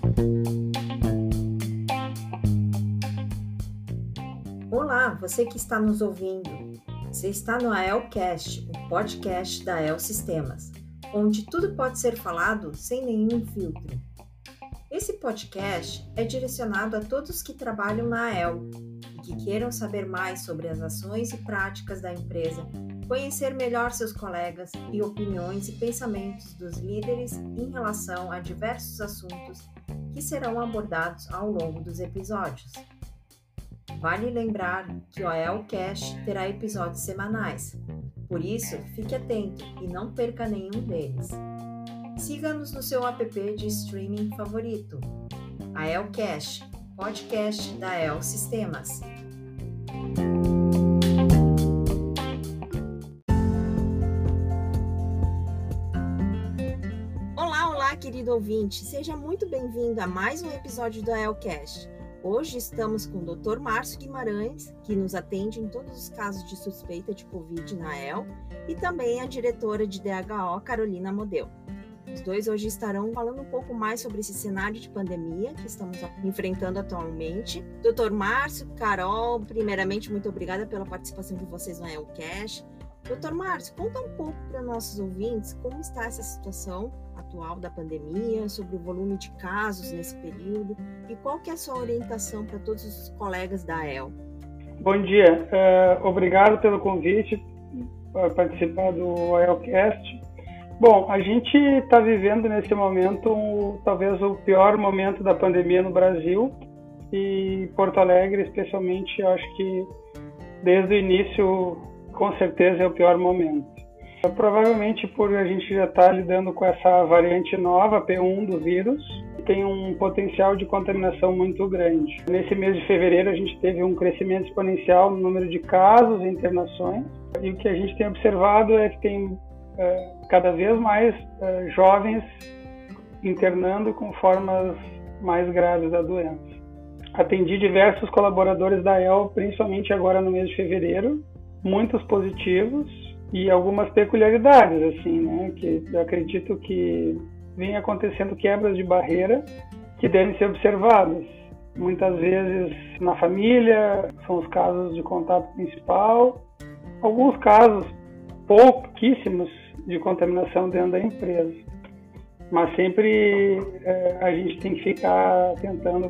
Olá, você que está nos ouvindo. Você está no AELcast, o podcast da AEL Sistemas, onde tudo pode ser falado sem nenhum filtro. Esse podcast é direcionado a todos que trabalham na AEL e que queiram saber mais sobre as ações e práticas da empresa, conhecer melhor seus colegas e opiniões e pensamentos dos líderes em relação a diversos assuntos que serão abordados ao longo dos episódios. Vale lembrar que o AELcast terá episódios semanais, por isso fique atento e não perca nenhum deles. Siga-nos no seu app de streaming favorito. AELcast, podcast da AEL Sistemas. Olá, querido ouvinte, seja muito bem-vindo a mais um episódio do AELcast. Hoje estamos com o Dr. Márcio Guimarães, que nos atende em todos os casos de suspeita de Covid na AEL, e também a diretora de DHO, Carolina Model. Os dois hoje estarão falando um pouco mais sobre esse cenário de pandemia que estamos enfrentando atualmente. Dr. Márcio, Carol, primeiramente, muito obrigada pela participação de vocês no AELcast. Dr. Márcio, conta um pouco para nossos ouvintes como está essa situação atual da pandemia, sobre o volume de casos nesse período e qual que é a sua orientação para todos os colegas da AEL. Bom dia, obrigado pelo convite para participar do AELcast. Bom, a gente está vivendo nesse momento talvez o pior momento da pandemia no Brasil e Porto Alegre especialmente, eu acho que desde o início com certeza é o pior momento. Provavelmente por a gente já estar lidando com essa variante nova, P1 do vírus, tem um potencial de contaminação muito grande. Nesse mês de fevereiro a gente teve um crescimento exponencial no número de casos e internações, e o que a gente tem observado é que tem cada vez mais jovens internando com formas mais graves da doença. Atendi diversos colaboradores da AEL, principalmente agora no mês de fevereiro, muitos positivos e algumas peculiaridades, assim, né, que eu acredito que vem acontecendo quebras de barreira que devem ser observadas. Muitas vezes na família, são os casos de contato principal, alguns casos pouquíssimos de contaminação dentro da empresa. Mas sempre a gente tem que ficar atentando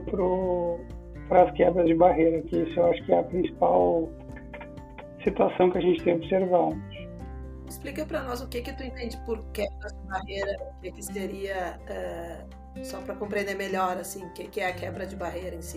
para as quebras de barreira, que isso eu acho que é a principal situação que a gente tem observado. Explica para nós o que tu entende por quebra de barreira, o que seria, só para compreender melhor, assim, o que é a quebra de barreira em si.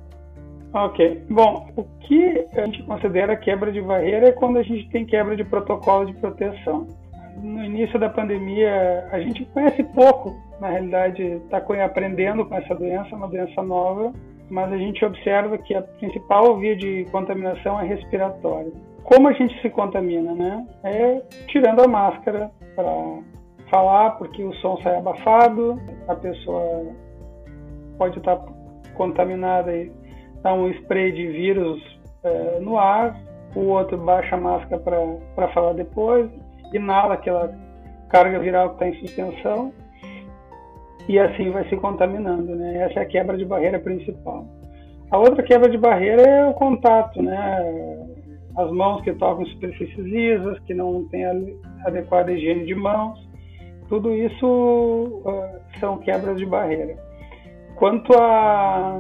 Ok. Bom, o que a gente considera quebra de barreira é quando a gente tem quebra de protocolo de proteção. No início da pandemia, a gente conhece pouco, na realidade, está aprendendo com essa doença, uma doença nova, mas a gente observa que a principal via de contaminação é respiratória. Como a gente se contamina, né? É tirando a máscara para falar, porque o som sai abafado, a pessoa pode estar contaminada e dá um spray de vírus no ar, o outro baixa a máscara para falar depois, inala aquela carga viral que está em suspensão e assim vai se contaminando, né? Essa é a quebra de barreira principal. A outra quebra de barreira é o contato, né? As mãos que tocam superfícies lisas, que não têm a adequada higiene de mãos, tudo isso são quebras de barreira. Quanto à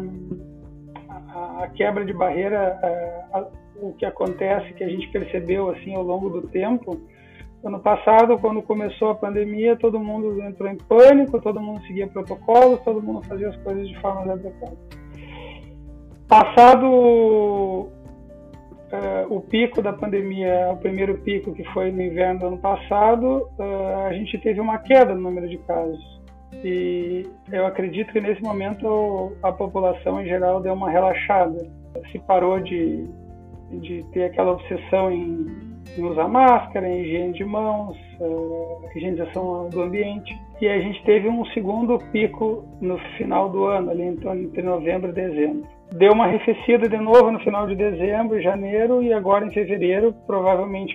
quebra de barreira, o que acontece, que a gente percebeu assim ao longo do tempo, ano passado, quando começou a pandemia, todo mundo entrou em pânico, todo mundo seguia protocolos, todo mundo fazia as coisas de forma adequada. Passado o pico da pandemia, o primeiro pico que foi no inverno do ano passado, a gente teve uma queda no número de casos. E eu acredito que nesse momento a população em geral deu uma relaxada. Se parou de ter aquela obsessão em usar máscara, em higiene de mãos, higienização do ambiente. E a gente teve um segundo pico no final do ano, ali entre novembro e dezembro. Deu uma arrefecida de novo no final de dezembro, janeiro, e agora em fevereiro, provavelmente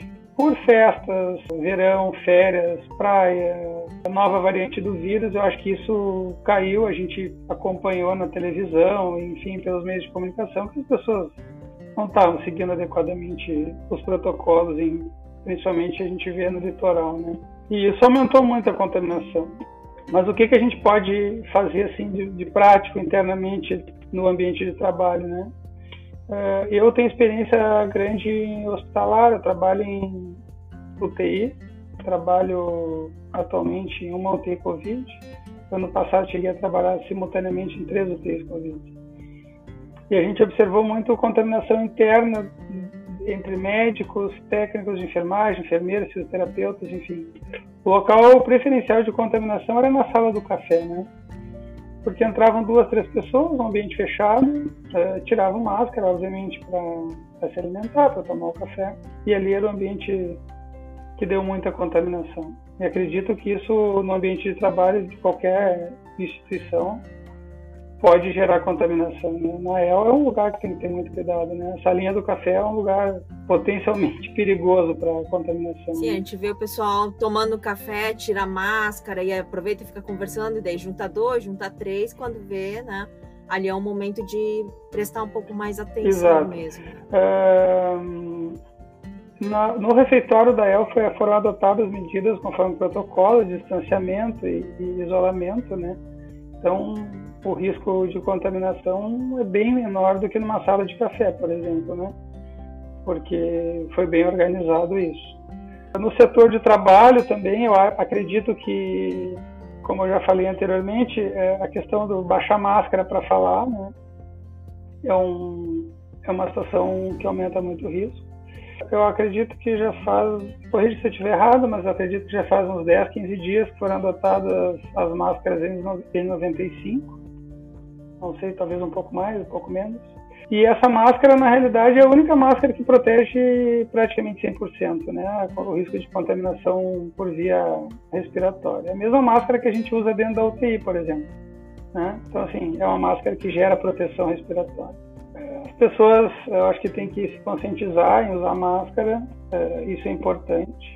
por festas, verão, férias, praia, a nova variante do vírus, eu acho que isso caiu, a gente acompanhou na televisão, enfim, pelos meios de comunicação, que as pessoas não estavam seguindo adequadamente os protocolos, principalmente a gente vê no litoral, né? E isso aumentou muito a contaminação. Mas o que a gente pode fazer assim de prático internamente no ambiente de trabalho, né? Eu tenho experiência grande em hospitalar, eu trabalho em UTI, trabalho atualmente em uma UTI Covid. Ano passado cheguei a trabalhar simultaneamente em 3 UTIs Covid. E a gente observou muito contaminação interna entre médicos, técnicos de enfermagem, enfermeiros, fisioterapeutas, enfim. O local preferencial de contaminação era na sala do café, né? Porque entravam 2, 3 pessoas num ambiente fechado, tiravam máscara, obviamente, para se alimentar, para tomar o café. E ali era o ambiente que deu muita contaminação. E acredito que isso, no ambiente de trabalho de qualquer instituição, pode gerar contaminação, né? Na EL é um lugar que tem que ter muito cuidado, né? A salinha do café é um lugar potencialmente perigoso para contaminação. Sim, né? A gente vê o pessoal tomando café, tira a máscara e aproveita e fica conversando, e daí junta 2, junta 3, quando vê, né? Ali é um momento de prestar um pouco mais atenção. Exato. Mesmo. No refeitório da EL foram adotadas medidas conforme o protocolo de distanciamento e isolamento, né? Então, o risco de contaminação é bem menor do que numa sala de café, por exemplo, né? Porque foi bem organizado isso. No setor de trabalho também, eu acredito que, como eu já falei anteriormente, a questão do baixar máscara para falar, né? É uma situação que aumenta muito o risco. Eu acredito que já faz, corrija se eu estiver errado, mas eu acredito que já faz uns 10, 15 dias que foram adotadas as máscaras N95. Não sei, talvez um pouco mais, um pouco menos. E essa máscara, na realidade, é a única máscara que protege praticamente 100%, né? O risco de contaminação por via respiratória. É a mesma máscara que a gente usa dentro da UTI, por exemplo, né? Então, assim, é uma máscara que gera proteção respiratória. As pessoas, eu acho que tem que se conscientizar em usar máscara, isso é importante,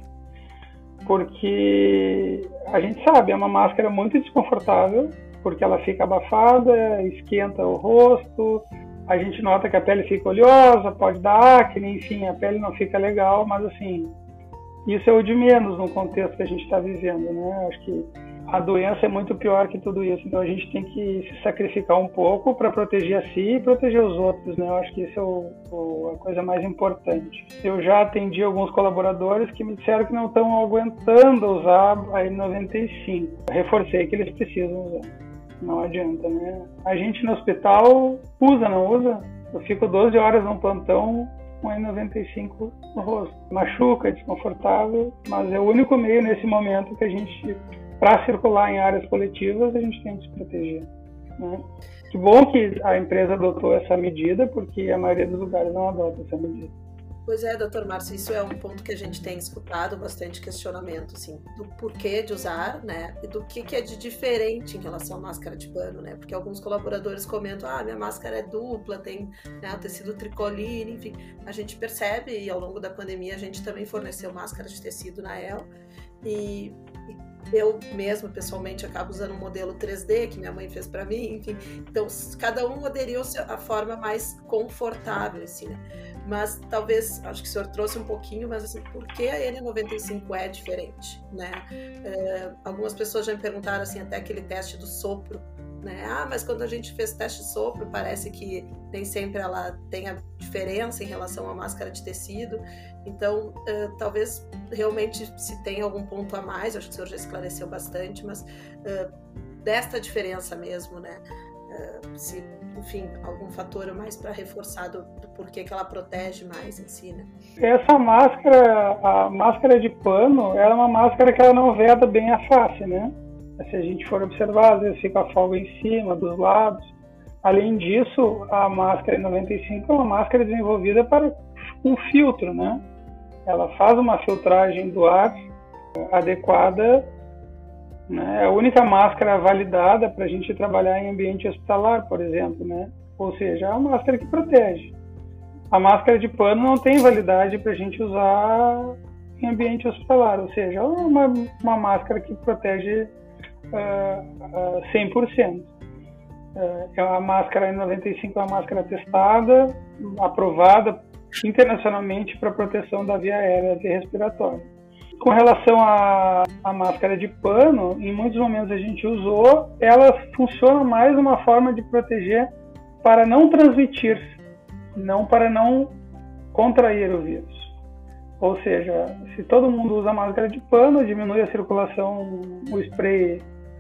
porque a gente sabe, é uma máscara muito desconfortável, porque ela fica abafada, esquenta o rosto, a gente nota que a pele fica oleosa, pode dar acne, enfim, a pele não fica legal, mas assim, isso é o de menos no contexto que a gente está vivendo, né? Acho que a doença é muito pior que tudo isso, então a gente tem que se sacrificar um pouco para proteger a si e proteger os outros, né? Eu acho que isso é a coisa mais importante. Eu já atendi alguns colaboradores que me disseram que não estão aguentando usar a N95. Reforcei que eles precisam usar. Não adianta, né? A gente no hospital usa, não usa? Eu fico 12 horas num plantão com N95 no rosto. Machuca, é desconfortável, mas é o único meio nesse momento que a gente, para circular em áreas coletivas, a gente tem que se proteger, né? Que bom que a empresa adotou essa medida, porque a maioria dos lugares não adota essa medida. Pois é, doutor Márcio, isso é um ponto que a gente tem escutado bastante questionamento, assim, do porquê de usar, né, e do que é de diferente em relação à máscara de pano, né, porque alguns colaboradores comentam, minha máscara é dupla, tem, né, o tecido tricoline, enfim, a gente percebe, e ao longo da pandemia a gente também forneceu máscaras de tecido na EL, e eu mesma, pessoalmente, acabo usando um modelo 3D que minha mãe fez para mim, enfim. Então, cada um aderiu à forma mais confortável, assim, né? Mas, talvez, acho que o senhor trouxe um pouquinho, mas, assim, por que a N95 é diferente, né? Algumas pessoas já me perguntaram, assim, até aquele teste do sopro, né? Mas quando a gente fez teste de sopro, parece que nem sempre ela tem a diferença em relação à máscara de tecido. Então, talvez realmente se tenha algum ponto a mais, acho que o senhor já esclareceu bastante, mas desta diferença mesmo, né? Se, enfim, algum fator a mais para reforçar do porquê que ela protege mais em si, né? Essa máscara, a máscara de pano, ela é uma máscara que ela não veda bem a face, né? Se a gente for observar, às vezes fica a folga em cima, dos lados. Além disso, a máscara N95 é uma máscara desenvolvida para um filtro, né? Ela faz uma filtragem do ar adequada, né? É a única máscara validada para a gente trabalhar em ambiente hospitalar, por exemplo, né? Ou seja, é uma máscara que protege. A máscara de pano não tem validade para a gente usar em ambiente hospitalar, ou seja, uma máscara que protege 100%. A máscara N95 é uma máscara testada, aprovada internacionalmente para proteção da via aérea e respiratória. Com relação à máscara de pano, em muitos momentos a gente usou, ela funciona mais uma forma de proteger para não transmitir, não para não contrair o vírus. Ou seja, se todo mundo usa máscara de pano, diminui a circulação, o spray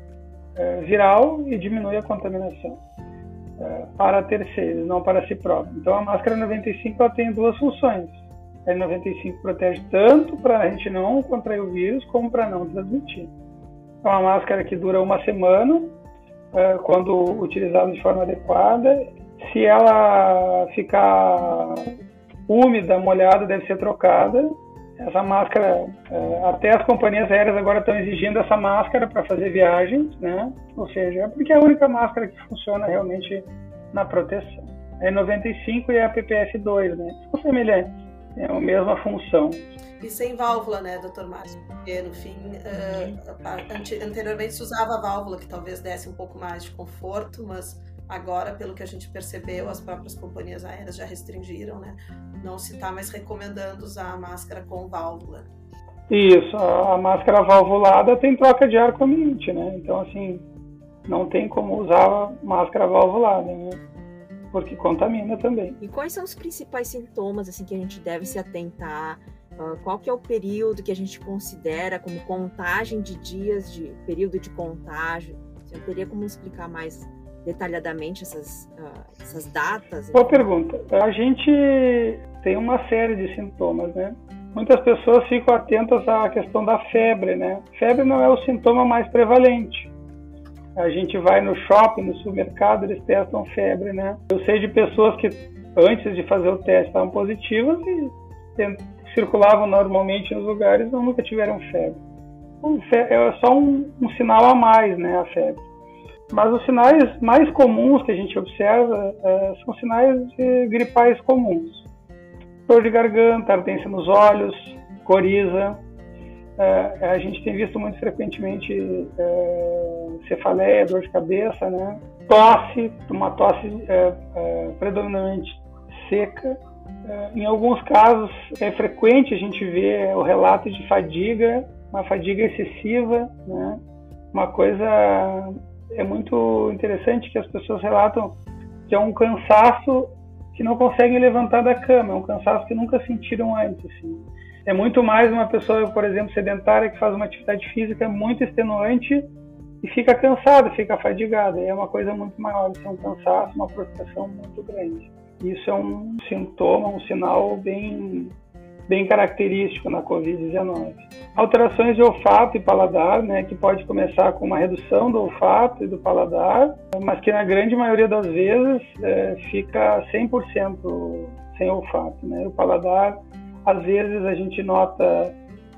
viral e diminui a contaminação para terceiros, não para si próprio. Então a máscara N95 ela tem duas funções. A N95 protege tanto para a gente não contrair o vírus como para não transmitir. É uma máscara que dura 1 semana, quando utilizada de forma adequada. Se ela ficar úmida, molhada, deve ser trocada. Essa máscara, até as companhias aéreas agora estão exigindo essa máscara para fazer viagens, né? Ou seja, é porque é a única máscara que funciona realmente na proteção. A N95 e a PPF2, né? São semelhantes, é a mesma função. E sem válvula, né, Dr. Márcio? Porque, no fim, anteriormente se usava a válvula, que talvez desse um pouco mais de conforto, mas agora, pelo que a gente percebeu, as próprias companhias aéreas já restringiram, né? Não se está mais recomendando usar a máscara com válvula. Isso, a máscara valvulada tem troca de ar com ambiente, né? Então, assim, não tem como usar a máscara valvulada, né? Porque contamina também. E quais são os principais sintomas, assim, que a gente deve se atentar? Qual que é o período que a gente considera como contagem de dias, de período de contágio? Você teria como explicar mais detalhadamente essas datas? Boa pergunta. A gente tem uma série de sintomas, né? Muitas pessoas ficam atentas à questão da febre, né? Febre não é o sintoma mais prevalente. A gente vai no shopping, no supermercado, eles testam febre, né? Eu sei de pessoas que antes de fazer o teste estavam positivas e circulavam normalmente nos lugares e nunca tiveram febre. Então, é só um sinal a mais, né, a febre. Mas os sinais mais comuns que a gente observa são sinais gripais comuns. Dor de garganta, ardência nos olhos, coriza. A gente tem visto muito frequentemente cefaleia, dor de cabeça, né? Tosse, uma tosse predominantemente seca. Em alguns casos é frequente a gente ver o relato de fadiga, uma fadiga excessiva, né? Uma coisa é muito interessante que as pessoas relatam que é um cansaço que não conseguem levantar da cama, é um cansaço que nunca sentiram antes. Assim. É muito mais uma pessoa, por exemplo, sedentária que faz uma atividade física muito extenuante e fica cansada, fica fadigada. É uma coisa muito maior, isso é um cansaço, uma prostração muito grande. Isso é um sintoma, um sinal bem característico na Covid-19. Alterações de olfato e paladar, né, que pode começar com uma redução do olfato e do paladar, mas que na grande maioria das vezes fica 100% sem olfato, né? O paladar, às vezes a gente nota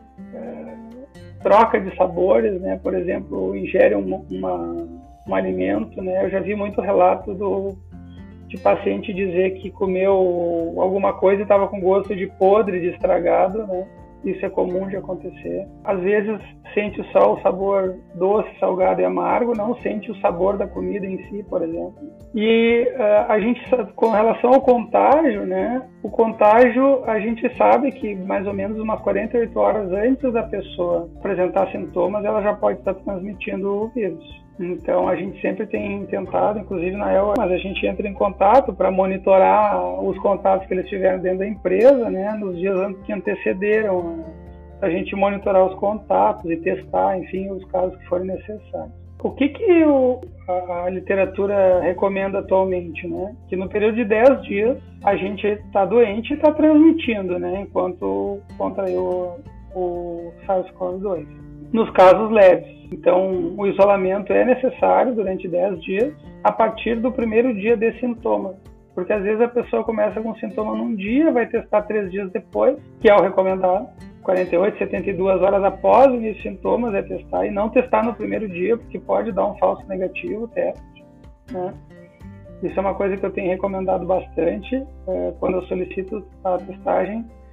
troca de sabores, né? Por exemplo, ingere um alimento, né? Eu já vi muito relato de paciente dizer que comeu alguma coisa e estava com gosto de podre, de estragado, né? Isso é comum de acontecer. Às vezes sente só o sabor doce, salgado e amargo, não sente o sabor da comida em si, por exemplo. E a gente, com relação ao contágio, né? O contágio, a gente sabe que mais ou menos umas 48 horas antes da pessoa apresentar sintomas, ela já pode estar transmitindo o vírus. Então, a gente sempre tem tentado, inclusive na EL, mas a gente entra em contato para monitorar os contatos que eles tiveram dentro da empresa, né, nos dias que antecederam, para a gente monitorar os contatos e testar, enfim, os casos que forem necessários. O que a literatura recomenda atualmente, né? Que no período de 10 dias a gente está doente e está transmitindo, né, enquanto contraiu o SARS-CoV-2. Nos casos leves. Então, o isolamento é necessário durante 10 dias a partir do primeiro dia de sintomas. Porque às vezes a pessoa começa com sintoma num dia, vai testar 3 dias depois, que é o recomendado. 48, 72 horas após os sintomas é testar e não testar no primeiro dia, porque pode dar um falso negativo o teste, né? Isso é uma coisa que eu tenho recomendado bastante quando eu solicito a testagem.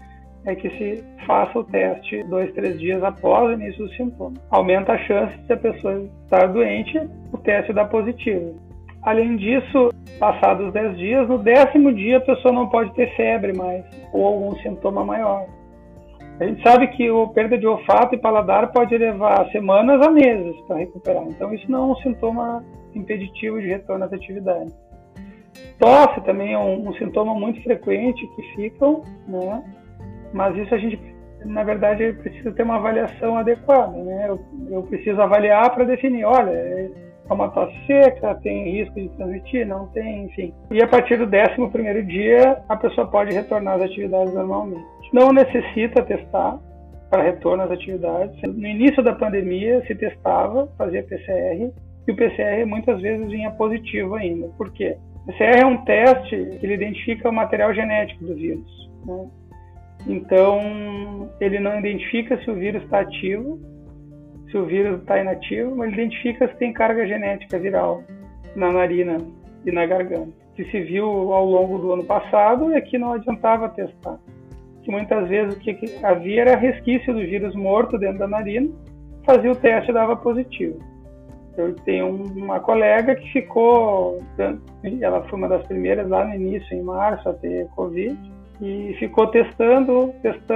é que se faça o teste 2, 3 dias após o início dos sintomas. Aumenta a chance de a pessoa estar doente, o teste dá positivo. Além disso, passados 10 dias, no 10º dia a pessoa não pode ter febre mais ou algum sintoma maior. A gente sabe que a perda de olfato e paladar pode levar semanas a meses para recuperar. Então isso não é um sintoma impeditivo de retorno às atividades. Tosse também é um sintoma muito frequente que ficam, né? Mas isso a gente, na verdade, precisa ter uma avaliação adequada, né? Eu preciso avaliar para definir, olha, é uma tosse seca, tem risco de transmitir, não tem, enfim. E a partir do 11º dia, a pessoa pode retornar às atividades normalmente. Não necessita testar para retorno às atividades. No início da pandemia, se testava, fazia PCR, e o PCR muitas vezes vinha positivo ainda. Por quê? O PCR é um teste que ele identifica o material genético do vírus, né? Então, ele não identifica se o vírus está ativo, se o vírus está inativo, mas ele identifica se tem carga genética viral na narina e na garganta. Que se viu ao longo do ano passado é que não adiantava testar. Que muitas vezes o que havia era resquício do vírus morto dentro da narina, fazia o teste e dava positivo. Eu tenho uma colega que ficou, ela foi uma das primeiras lá no início, em março, a ter Covid, e ficou testando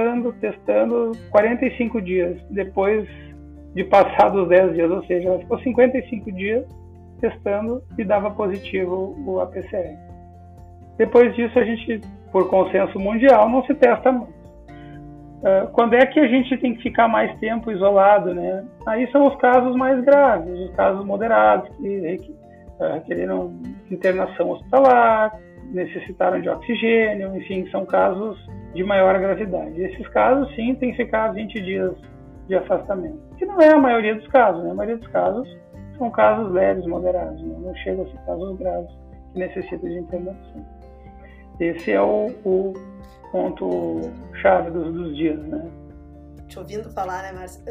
45 dias depois de passar dos 10 dias, ou seja, ela ficou 55 dias testando e dava positivo o PCR. Depois disso, a gente, por consenso mundial, não se testa mais. Quando é que a gente tem que ficar mais tempo isolado, né? Aí são os casos mais graves, os casos moderados, que requeriram internação hospitalar, necessitaram de oxigênio, enfim, são casos de maior gravidade. Esses casos, sim, tem que ficar 20 dias de afastamento, que não é a maioria dos casos, né? A maioria dos casos são casos leves, moderados, né? Não chegam a ser casos graves que necessitam de internação. Esse é o ponto-chave dos dias, né? Te ouvindo falar, né, Márcia?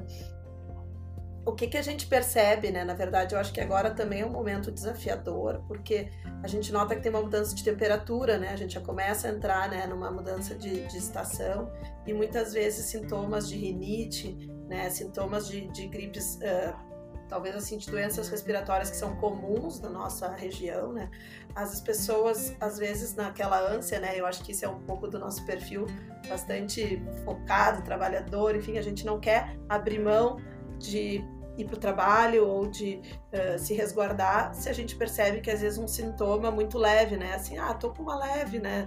O que a gente percebe, né? Na verdade, eu acho que agora também é um momento desafiador, porque a gente nota que tem uma mudança de temperatura, né? A gente já começa a entrar, né, numa mudança de estação e muitas vezes sintomas de rinite, né? Sintomas de gripes, talvez assim, de doenças respiratórias que são comuns na nossa região, né? As pessoas, às vezes, naquela ânsia, né? Eu acho que isso é um pouco do nosso perfil bastante focado, trabalhador, enfim, a gente não quer abrir mão de ir para o trabalho ou de se resguardar se a gente percebe que às vezes um sintoma muito leve, né? Assim, tô com uma leve, né?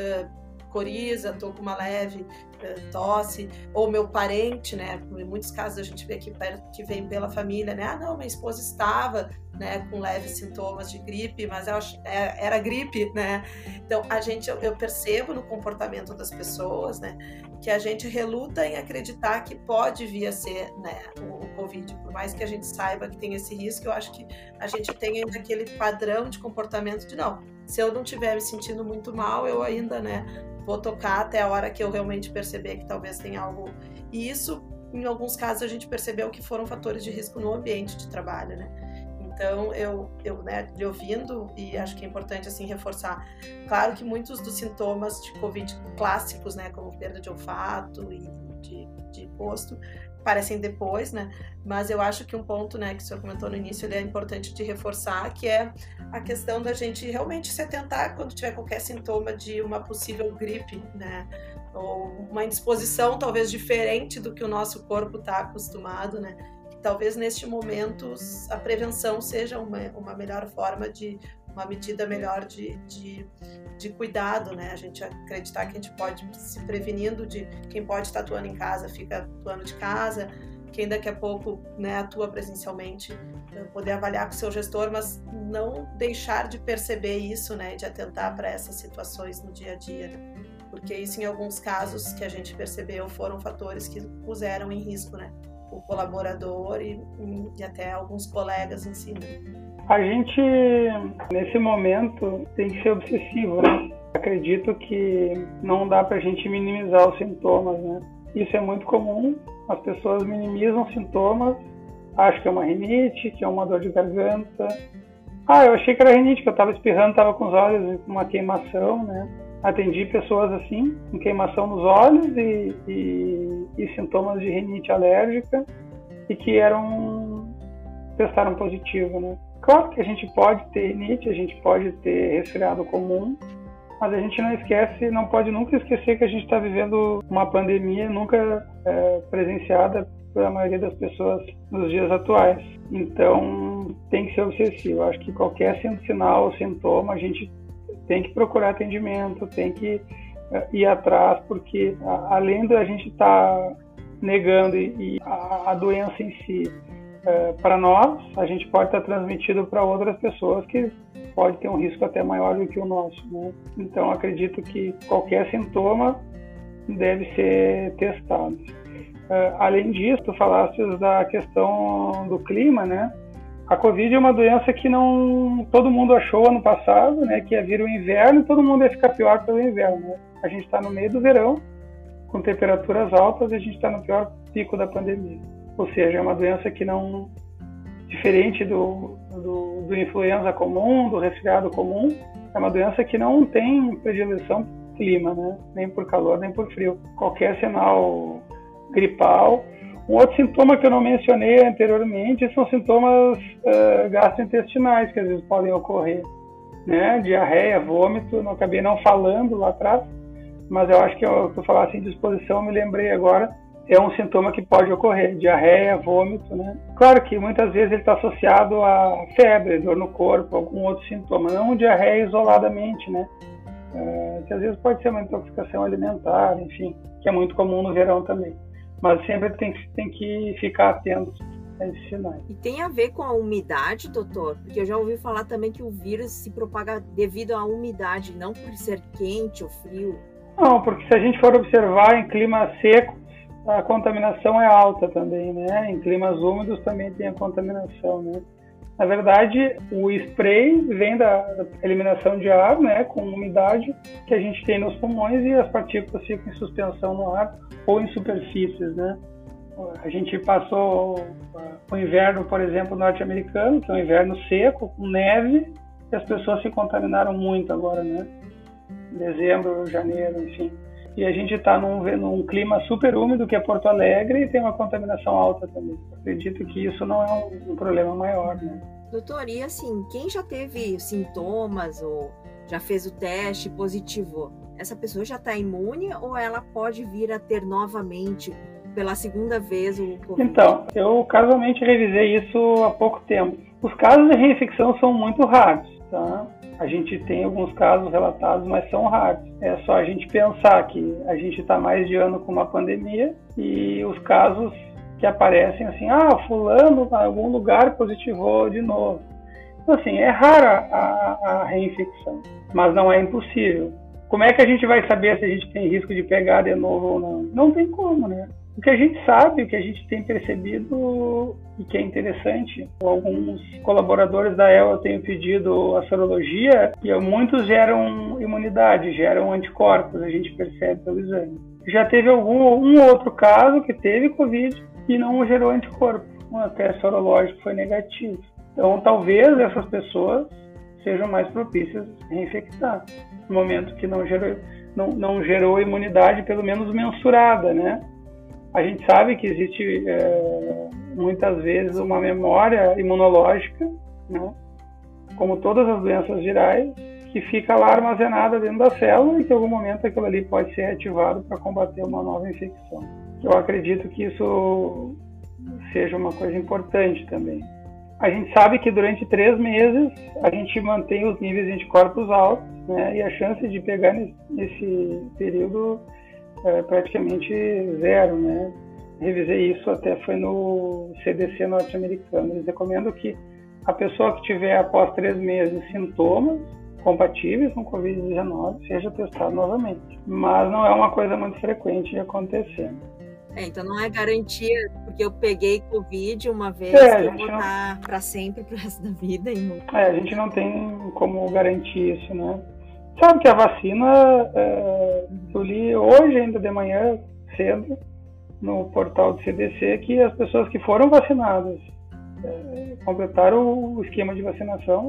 Coriza, tô com uma leve tosse, ou meu parente, né? Em muitos casos a gente vê que vem pela família, né? Não, minha esposa estava, né, com leves sintomas de gripe, mas era gripe, né? Então eu percebo no comportamento das pessoas, né, que a gente reluta em acreditar que pode vir a ser, né, o Covid. Por mais que a gente saiba que tem esse risco, eu acho que a gente tem ainda aquele padrão de comportamento de não, se eu não estiver me sentindo muito mal, eu ainda, né, vou tocar até a hora que eu realmente perceber que talvez tenha algo. E isso, em alguns casos, a gente percebeu que foram fatores de risco no ambiente de trabalho, né? Então, eu né, lhe ouvindo, e acho que é importante, assim, reforçar, claro que muitos dos sintomas de Covid clássicos, né, como perda de olfato e de gosto, aparecem depois, né, mas eu acho que um ponto, né, que o senhor comentou no início, ele é importante de reforçar, que é a questão da gente realmente se atentar quando tiver qualquer sintoma de uma possível gripe, né, ou uma indisposição talvez diferente do que o nosso corpo está acostumado, né. Talvez neste momento a prevenção seja uma melhor forma uma medida melhor de cuidado, né? A gente acreditar que a gente pode se prevenindo de quem pode estar atuando em casa, fica atuando de casa, quem daqui a pouco, né, atua presencialmente, poder avaliar com o seu gestor, mas não deixar de perceber isso, né, de atentar para essas situações no dia a dia, né? Porque isso, em alguns casos que a gente percebeu, foram fatores que puseram em risco, né, o colaborador e até alguns colegas em si. A gente, nesse momento, tem que ser obsessivo, né? Acredito que não dá pra gente minimizar os sintomas, né? Isso é muito comum, as pessoas minimizam sintomas, acham que é uma rinite, que é uma dor de garganta. Eu achei que era rinite, que eu estava espirrando, estava com os olhos com uma queimação, né? atendi pessoas assim, com queimação nos olhos e sintomas de rinite alérgica e que testaram positivo, né? Claro que a gente pode ter rinite, a gente pode ter resfriado comum, mas a gente não pode nunca esquecer que a gente está vivendo uma pandemia nunca presenciada pela maioria das pessoas nos dias atuais. Então, tem que ser obsessivo. Acho que qualquer sinal ou sintoma, a gente tem que procurar atendimento, tem que ir atrás, porque além da gente estar negando a doença em si, para nós, a gente pode estar transmitindo para outras pessoas que pode ter um risco até maior do que o nosso, né? Então, acredito que qualquer sintoma deve ser testado. Além disso, tu falaste da questão do clima, né? A Covid é uma doença que todo mundo achou ano passado, né? Que ia vir o inverno e todo mundo ia ficar pior pelo inverno, né? A gente está no meio do verão, com temperaturas altas, e a gente está no pior pico da pandemia. Ou seja, é uma doença que não... Diferente do influenza comum, do resfriado comum, é uma doença que não tem predileção por clima, né? Nem por calor, nem por frio. Qualquer sinal gripal. Um outro sintoma que eu não mencionei anteriormente são sintomas gastrointestinais que às vezes podem ocorrer, né? Diarreia, vômito, não acabei não falando lá atrás, mas eu acho que tu falasse em disposição, eu me lembrei agora, é um sintoma que pode ocorrer, diarreia, vômito, né? Claro que muitas vezes ele está associado a febre, dor no corpo, algum outro sintoma, não diarreia isoladamente, né? Que às vezes pode ser uma intoxicação alimentar, enfim, que é muito comum no verão também. Mas sempre tem que ficar atento a esses sinais. E tem a ver com a umidade, doutor? Porque eu já ouvi falar também que o vírus se propaga devido à umidade, não por ser quente ou frio. Não, porque se a gente for observar em clima seco, a contaminação é alta também, né? Em climas úmidos também tem a contaminação, né? Na verdade, o spray vem da eliminação de ar, né? Com umidade que a gente tem nos pulmões e as partículas ficam em suspensão no ar ou em superfícies, né? A gente passou o inverno, por exemplo, norte-americano, que é um inverno seco, com neve, e as pessoas se contaminaram muito agora, né? Dezembro, janeiro, enfim. E a gente está num clima super úmido, que é Porto Alegre, e tem uma contaminação alta também. Acredito que isso não é um problema maior, né? Doutor, e assim, quem já teve sintomas ou já fez o teste positivo, essa pessoa já está imune ou ela pode vir a ter novamente, pela segunda vez, o Covid? Então, eu casualmente revisei isso há pouco tempo. Os casos de reinfecção são muito raros, tá? A gente tem alguns casos relatados, mas são raros. É só a gente pensar que a gente está mais de ano com uma pandemia e os casos que aparecem assim, fulano em algum lugar positivou de novo. Então, assim, é rara a reinfecção, mas não é impossível. Como é que a gente vai saber se a gente tem risco de pegar de novo ou não? Não tem como, né? O que a gente sabe, o que a gente tem percebido e que é interessante, alguns colaboradores da ELA têm pedido a sorologia e muitos geram imunidade, geram anticorpos, a gente percebe pelo exame. Já teve um outro caso que teve Covid e não gerou anticorpo, o teste sorológico foi negativo. Então, talvez essas pessoas sejam mais propícias a reinfectar, no momento que não gerou imunidade, pelo menos mensurada, né? A gente sabe que existe muitas vezes uma memória imunológica, né? Como todas as doenças virais, que fica lá armazenada dentro da célula e que em algum momento aquilo ali pode ser ativado para combater uma nova infecção. Eu acredito que isso seja uma coisa importante também. A gente sabe que durante 3 meses a gente mantém os níveis de anticorpos altos, né? E a chance de pegar nesse período é praticamente zero, né? Revisei isso, até foi no CDC norte-americano. Eles recomendam que a pessoa que tiver após 3 meses sintomas compatíveis com Covid-19 seja testada novamente. Mas não é uma coisa muito frequente de acontecer. Então não é garantia, porque eu peguei Covid uma vez, que eu vou estar para sempre, pro resto da vida. A gente não tem como garantir isso, né? Sabe que a vacina, eu li hoje ainda de manhã, cedo, no portal do CDC, que as pessoas que foram vacinadas completaram o esquema de vacinação,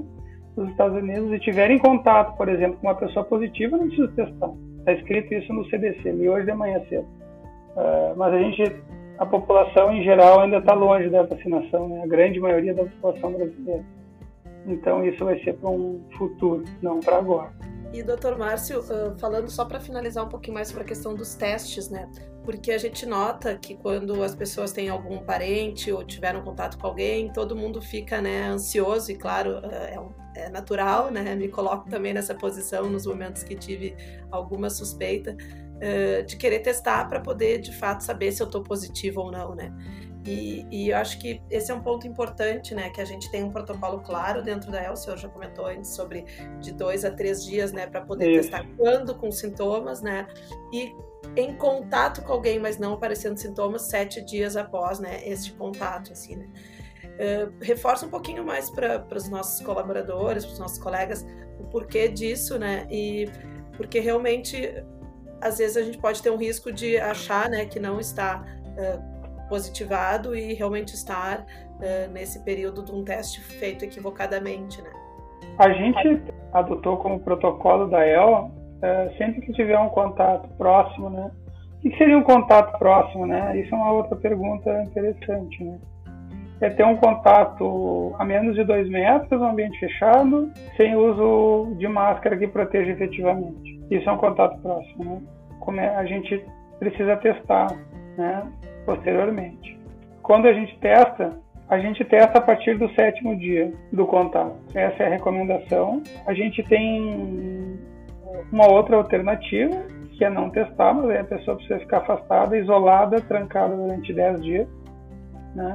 dos Estados Unidos e tiverem contato, por exemplo, com uma pessoa positiva, não precisa testar. Está escrito isso no CDC, e hoje de manhã cedo. Mas a população em geral ainda está longe da vacinação, né? A grande maioria da população brasileira. Então isso vai ser para um futuro, não para agora. E, doutor Márcio, falando só para finalizar um pouquinho mais sobre a questão dos testes, né? Porque a gente nota que quando as pessoas têm algum parente ou tiveram contato com alguém, todo mundo fica, né, ansioso e, claro, é natural, né? Me coloco também nessa posição nos momentos que tive alguma suspeita de querer testar para poder, de fato, saber se eu estou positiva ou não, né? E eu acho que esse é um ponto importante, né? Que a gente tem um protocolo claro dentro da EL, o senhor já comentou antes sobre de 2 a 3 dias, né? Para poder testar quando com sintomas, né? E em contato com alguém, mas não aparecendo sintomas, 7 dias após, né? Este contato, assim, né? Reforça um pouquinho mais para os nossos colaboradores, para os nossos colegas, o porquê disso, né? E porque realmente, às vezes a gente pode ter um risco de achar, né, que não está positivado e realmente estar nesse período de um teste feito equivocadamente, né? A gente adotou como protocolo da EL, sempre que tiver um contato próximo, né? O que seria um contato próximo, né? Isso é uma outra pergunta interessante, né? É ter um contato a menos de 2 metros, no ambiente fechado, sem uso de máscara que proteja efetivamente. Isso é um contato próximo, né? Como a gente precisa testar, né? Posteriormente. Quando a gente testa a partir do 7º dia do contato. Essa é a recomendação. A gente tem uma outra alternativa, que é não testar, mas aí a pessoa precisa ficar afastada, isolada, trancada durante 10 dias, né?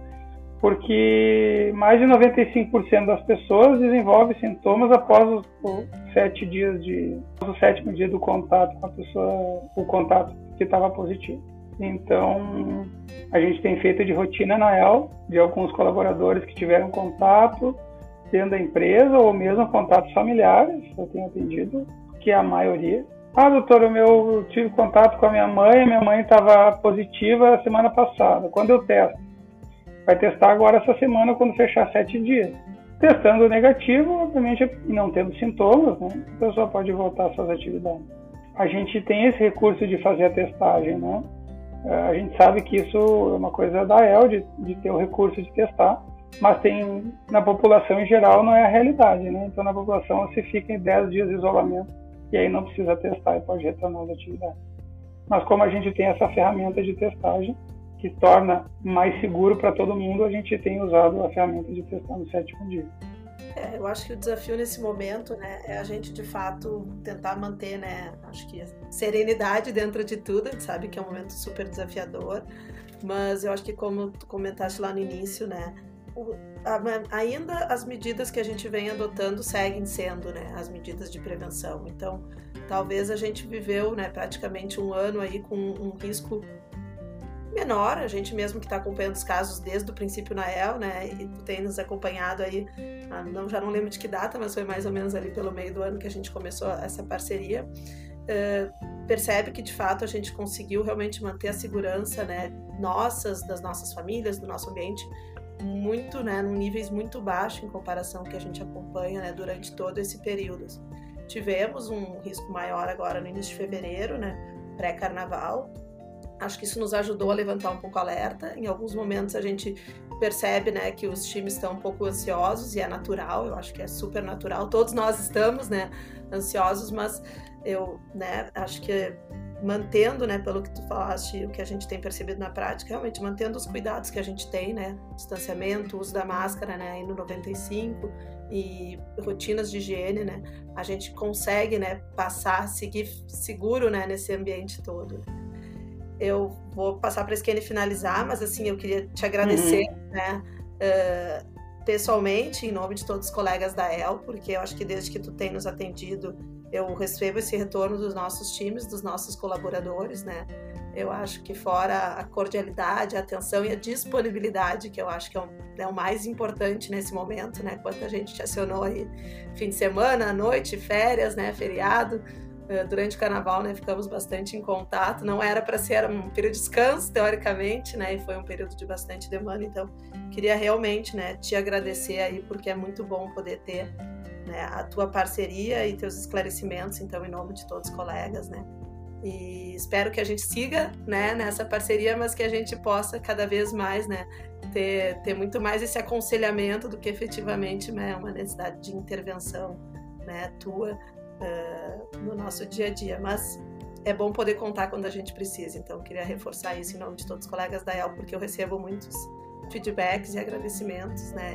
Porque mais de 95% das pessoas desenvolvem sintomas após o 7º dia do contato com a pessoa, o contato que estava positivo. Então, a gente tem feito de rotina na EL, de alguns colaboradores que tiveram contato dentro da empresa, ou mesmo contatos familiares, eu tenho atendido, que é a maioria. Doutor, eu tive contato com a minha mãe estava positiva a semana passada. Quando eu testo? Vai testar agora essa semana, quando fechar 7 dias. Testando negativo, obviamente, não tendo sintomas, né? A pessoa pode voltar às suas atividades. A gente tem esse recurso de fazer a testagem, né? A gente sabe que isso é uma coisa da EL, de ter o recurso de testar, mas na população em geral não é a realidade, né? Então na população se fica em 10 dias de isolamento e aí não precisa testar e pode retornar às atividades. Mas como a gente tem essa ferramenta de testagem, que torna mais seguro para todo mundo, a gente tem usado a ferramenta de testar no 7º dia. Eu acho que o desafio nesse momento, né, é a gente, de fato, tentar manter, né, acho que serenidade dentro de tudo. A gente sabe que é um momento super desafiador, mas eu acho que, como tu comentaste lá no início, né, ainda as medidas que a gente vem adotando seguem sendo, né, as medidas de prevenção. Então, talvez a gente viveu, né, praticamente um ano aí com um risco menor, a gente mesmo que está acompanhando os casos desde o princípio na EL, né, e tu tem nos acompanhado aí, já não lembro de que data, mas foi mais ou menos ali pelo meio do ano que a gente começou essa parceria, percebe que de fato a gente conseguiu realmente manter a segurança, né, das nossas famílias, do nosso ambiente, muito, né, num níveis muito baixos em comparação que a gente acompanha, né, durante todo esse período. Tivemos um risco maior agora no início de fevereiro, né, pré-carnaval. Acho que isso nos ajudou a levantar um pouco o alerta. Em alguns momentos a gente percebe, né, que os times estão um pouco ansiosos, e é natural, eu acho que é super natural. Todos nós estamos, né, ansiosos, mas eu, né, acho que mantendo, né, pelo que tu falaste, o que a gente tem percebido na prática, realmente mantendo os cuidados que a gente tem, né, distanciamento, uso da máscara, né, aí no 95 e rotinas de higiene, né, a gente consegue, né, seguir seguro, né, nesse ambiente todo. Eu vou passar para a Skene finalizar, mas assim, eu queria te agradecer, né, pessoalmente, em nome de todos os colegas da EL, porque eu acho que desde que tu tem nos atendido, eu recebo esse retorno dos nossos times, dos nossos colaboradores, né? Eu acho que fora a cordialidade, a atenção e a disponibilidade, que eu acho que é o mais importante nesse momento, né? Quando a gente te acionou aí fim de semana, noite, férias, né? Feriado, durante o carnaval, né? Ficamos bastante em contato. Não era para ser um período de descanso, teoricamente, né? E foi um período de bastante demanda. Então, queria realmente, né, te agradecer aí, porque é muito bom poder ter né, a tua parceria e teus esclarecimentos, então, em nome de todos os colegas, né? E espero que a gente siga, né, nessa parceria, mas que a gente possa cada vez mais, né, ter muito mais esse aconselhamento do que efetivamente, né, uma necessidade de intervenção, né, tua no nosso dia a dia. Mas é bom poder contar quando a gente precisa. Então, eu queria reforçar isso em nome de todos os colegas da EL, porque eu recebo muitos feedbacks e agradecimentos, né,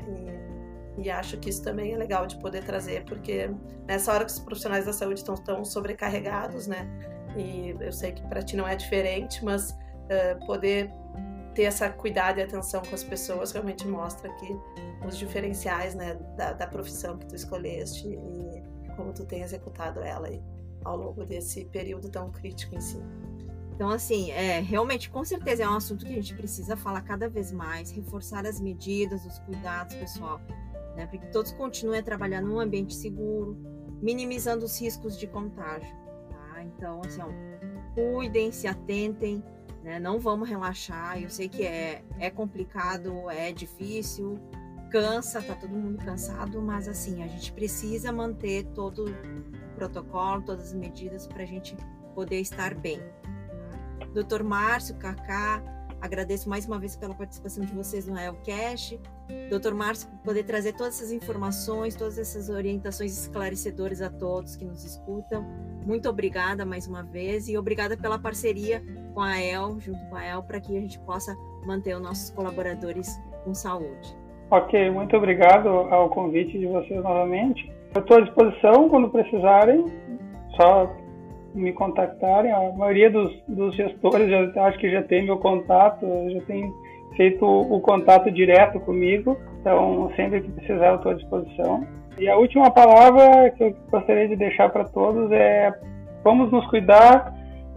e acho que isso também é legal de poder trazer, porque nessa hora que os profissionais da saúde estão tão sobrecarregados, né, e eu sei que para ti não é diferente, mas poder ter essa cuidado e atenção com as pessoas realmente mostra que os diferenciais, né, da profissão que tu escolheste e como tu tem executado ela aí, ao longo desse período tão crítico em si. Então, assim, realmente, com certeza é um assunto que a gente precisa falar cada vez mais, reforçar as medidas, os cuidados, pessoal, né, para que todos continuem a trabalhar num ambiente seguro, minimizando os riscos de contágio. Então, assim, cuidem, se atentem, né? Não vamos relaxar. Eu sei que é complicado, é difícil, cansa, tá todo mundo cansado, mas assim, a gente precisa manter todo o protocolo, todas as medidas para a gente poder estar bem. Dr. Márcio, Cacá, agradeço mais uma vez pela participação de vocês no ELCast. Dr. Márcio, por poder trazer todas essas informações, todas essas orientações esclarecedoras a todos que nos escutam. Muito obrigada mais uma vez e obrigada pela parceria com a EL, junto com a EL, para que a gente possa manter os nossos colaboradores com saúde. Ok, muito obrigado ao convite de vocês novamente. Eu estou à disposição quando precisarem, só me contactarem. A maioria dos gestores acho que já tem meu contato, já tem feito o contato direto comigo, então sempre que precisar eu estou à disposição. E a última palavra que eu gostaria de deixar para todos é: vamos nos cuidar,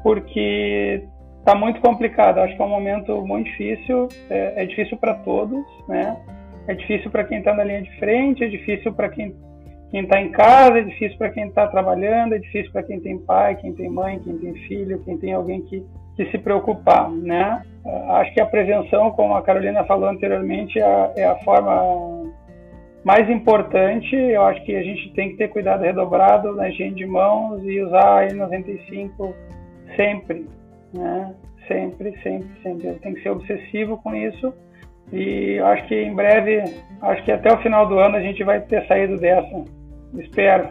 porque está muito complicado. Acho que é um momento muito difícil, é difícil para todos, né? É difícil para quem está na linha de frente, é difícil para quem está em casa, é difícil para quem está trabalhando, é difícil para quem tem pai, quem tem mãe, quem tem filho, quem tem alguém que se preocupar, né? Acho que a prevenção, como a Carolina falou anteriormente, é a forma mais importante. Eu acho que a gente tem que ter cuidado redobrado na higiene de mãos e usar a N95 sempre, né? Sempre. Tem que ser obsessivo com isso. E eu acho que em breve, acho que até o final do ano a gente vai ter saído dessa. Espero.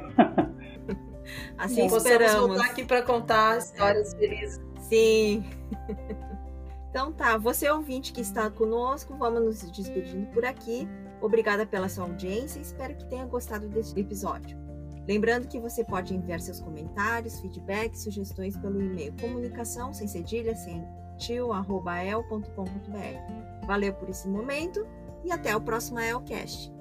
Assim esperamos. Possamos voltar aqui para contar histórias felizes. Sim. Então tá, você ouvinte que está conosco, vamos nos despedindo por aqui. Obrigada pela sua audiência e espero que tenha gostado deste episódio. Lembrando que você pode enviar seus comentários, feedbacks, sugestões pelo e-mail comunicação, sem cedilha, sem tio, @el.com.br. Valeu por esse momento e até o próximo ELCast.